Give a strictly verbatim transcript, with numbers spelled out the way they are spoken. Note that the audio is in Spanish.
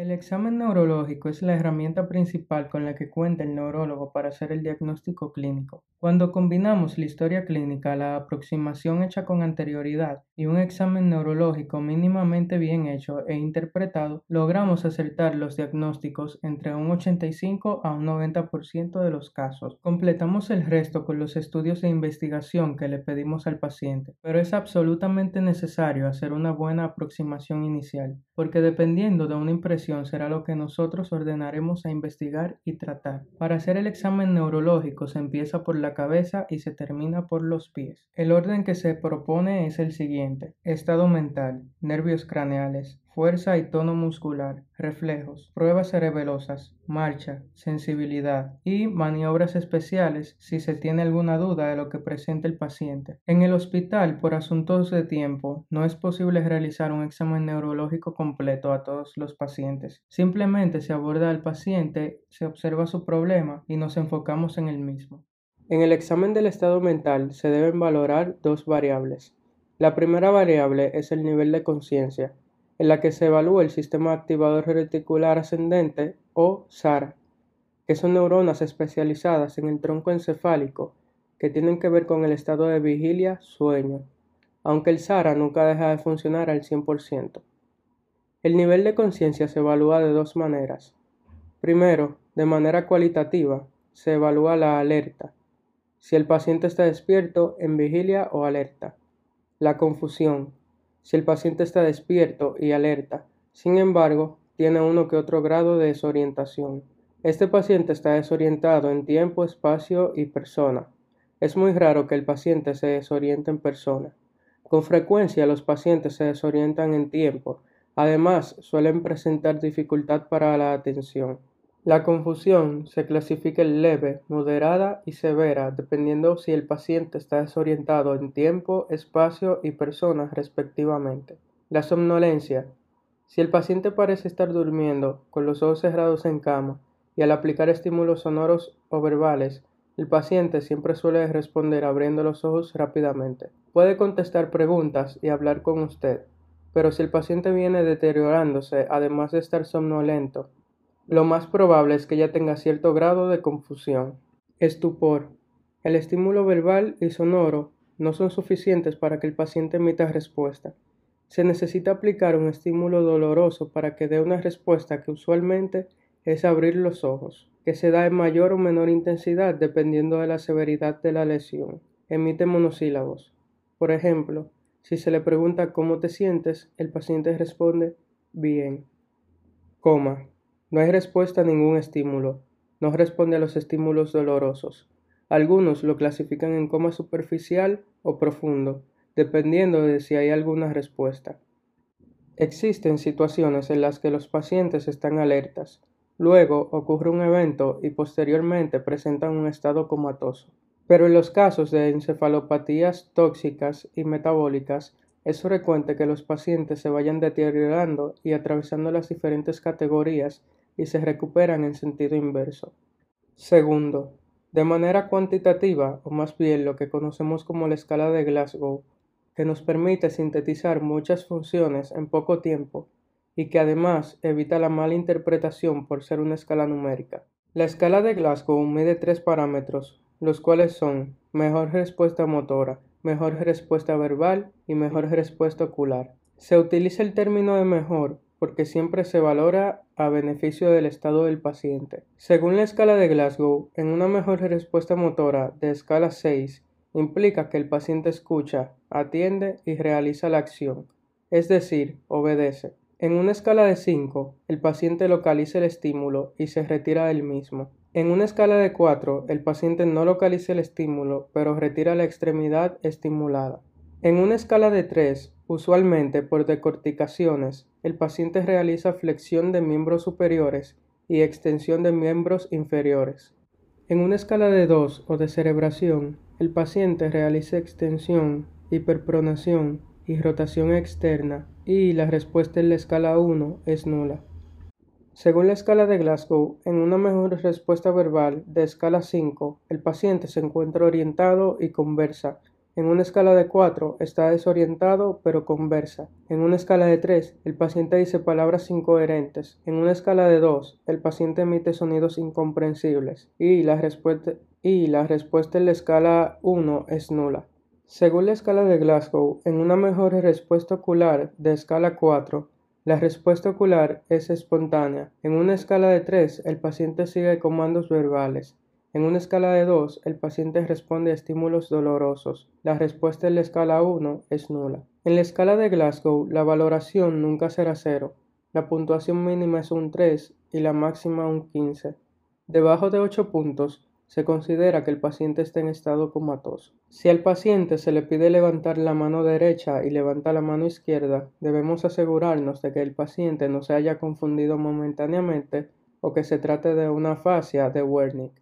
El examen neurológico es la herramienta principal con la que cuenta el neurólogo para hacer el diagnóstico clínico. Cuando combinamos la historia clínica, la aproximación hecha con anterioridad y un examen neurológico mínimamente bien hecho e interpretado, logramos acertar los diagnósticos entre un ochenta y cinco a un noventa por ciento de los casos. Completamos el resto con los estudios de investigación que le pedimos al paciente, pero es absolutamente necesario hacer una buena aproximación inicial, porque dependiendo de una impresión será lo que nosotros ordenaremos a investigar y tratar. Para hacer el examen neurológico se empieza por la cabeza y se termina por los pies. El orden que se propone es el siguiente: estado mental, nervios craneales, fuerza y tono muscular, reflejos, pruebas cerebelosas, marcha, sensibilidad y maniobras especiales si se tiene alguna duda de lo que presenta el paciente. En el hospital, por asuntos de tiempo, no es posible realizar un examen neurológico completo a todos los pacientes. Simplemente se aborda al paciente, se observa su problema y nos enfocamos en el mismo. En el examen del estado mental se deben valorar dos variables. La primera variable es el nivel de conciencia, en la que se evalúa el sistema activador reticular ascendente o S A R, que son neuronas especializadas en el tronco encefálico que tienen que ver con el estado de vigilia, sueño, aunque el S A R A nunca deja de funcionar al cien por ciento. El nivel de conciencia se evalúa de dos maneras. Primero, de manera cualitativa, se evalúa la alerta, si el paciente está despierto, en vigilia o alerta. La confusión, si el paciente está despierto y alerta, sin embargo, tiene uno que otro grado de desorientación. Este paciente está desorientado en tiempo, espacio y persona. Es muy raro que el paciente se desoriente en persona. Con frecuencia los pacientes se desorientan en tiempo. Además, suelen presentar dificultad para la atención. La confusión se clasifica en leve, moderada y severa, dependiendo si el paciente está desorientado en tiempo, espacio y persona respectivamente. La somnolencia. Si el paciente parece estar durmiendo, con los ojos cerrados en cama, y al aplicar estímulos sonoros o verbales, el paciente siempre suele responder abriendo los ojos rápidamente. Puede contestar preguntas y hablar con usted, pero si el paciente viene deteriorándose, además de estar somnolento, lo más probable es que ya tenga cierto grado de confusión. Estupor. El estímulo verbal y sonoro no son suficientes para que el paciente emita respuesta. Se necesita aplicar un estímulo doloroso para que dé una respuesta que usualmente es abrir los ojos, que se da en mayor o menor intensidad dependiendo de la severidad de la lesión. Emite monosílabos. Por ejemplo, si se le pregunta ¿cómo te sientes?, el paciente responde bien. Coma. No hay respuesta a ningún estímulo. No responde a los estímulos dolorosos. Algunos lo clasifican en coma superficial o profundo, dependiendo de si hay alguna respuesta. Existen situaciones en las que los pacientes están alertas. Luego ocurre un evento y posteriormente presentan un estado comatoso. Pero en los casos de encefalopatías tóxicas y metabólicas, es frecuente que los pacientes se vayan deteriorando y atravesando las diferentes categorías y se recuperan en sentido inverso. Segundo, de manera cuantitativa, o más bien lo que conocemos como la escala de Glasgow, que nos permite sintetizar muchas funciones en poco tiempo y que además evita la mala interpretación por ser una escala numérica. La escala de Glasgow mide tres parámetros, los cuales son mejor respuesta motora, mejor respuesta verbal y mejor respuesta ocular. Se utiliza el término de mejor porque siempre se valora a beneficio del estado del paciente. Según la escala de Glasgow, en una mejor respuesta motora de escala seis, implica que el paciente escucha, atiende y realiza la acción, es decir, obedece. En una escala de cinco, el paciente localiza el estímulo y se retira del mismo. En una escala de cuatro, el paciente no localiza el estímulo, pero retira la extremidad estimulada. En una escala de tres, usualmente por decorticaciones, el paciente realiza flexión de miembros superiores y extensión de miembros inferiores. En una escala de dos o de cerebración, el paciente realiza extensión, hiperpronación y rotación externa, y la respuesta en la escala uno es nula. Según la escala de Glasgow, en una mejor respuesta verbal de escala cinco, el paciente se encuentra orientado y conversa, En una escala de cuatro, está desorientado pero conversa. En una escala de tres, el paciente dice palabras incoherentes. En una escala de dos, el paciente emite sonidos incomprensibles. Y la respuesta, y la respuesta en la escala uno es nula. Según la escala de Glasgow, en una mejor respuesta ocular de escala cuatro, la respuesta ocular es espontánea. En una escala de tres, el paciente sigue comandos verbales. En una escala de dos, el paciente responde a estímulos dolorosos. La respuesta en la escala uno es nula. En la escala de Glasgow, la valoración nunca será cero. La puntuación mínima es un tres y la máxima un quince. Debajo de ocho puntos, se considera que el paciente está en estado comatoso. Si al paciente se le pide levantar la mano derecha y levanta la mano izquierda, debemos asegurarnos de que el paciente no se haya confundido momentáneamente o que se trate de una afasia de Wernicke.